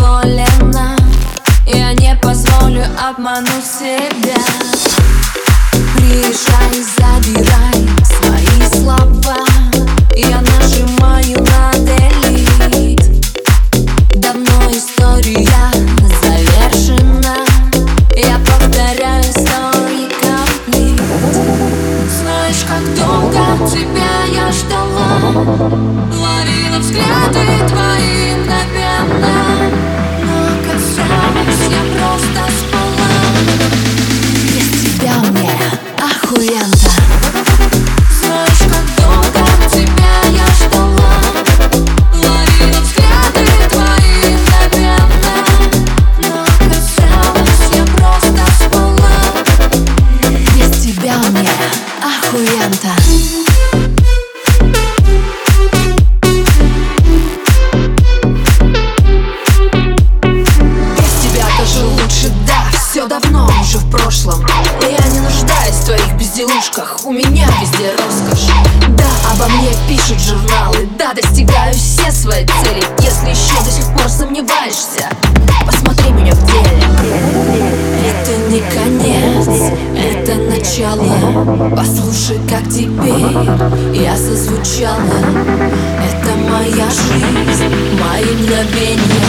дозволено. Я не позволю обмануть себя. Приезжай, забирай свои слова. Я нажимаю на delete. Давно история завершена. Я повторяю story complete. Знаешь, как долго тебя я ждала, ловила взгляды твои мгновенно. Но оказалось, я просто спала. Без тебя мне охуенно. Знаешь, как долго тебя я ждала, ловила взгляды твои мгновенно. Но оказалось, я просто спала. Без тебя мне охуенно. Все давно уже в прошлом. Я не нуждаюсь в твоих безделушках. У меня везде роскошь. Да, обо мне пишут журналы. Да, достигаю все свои цели. Если еще до сих пор сомневаешься, посмотри меня в деле. Это не конец, это начало. Послушай, как теперь я зазвучала. Это моя жизнь, мои мгновения.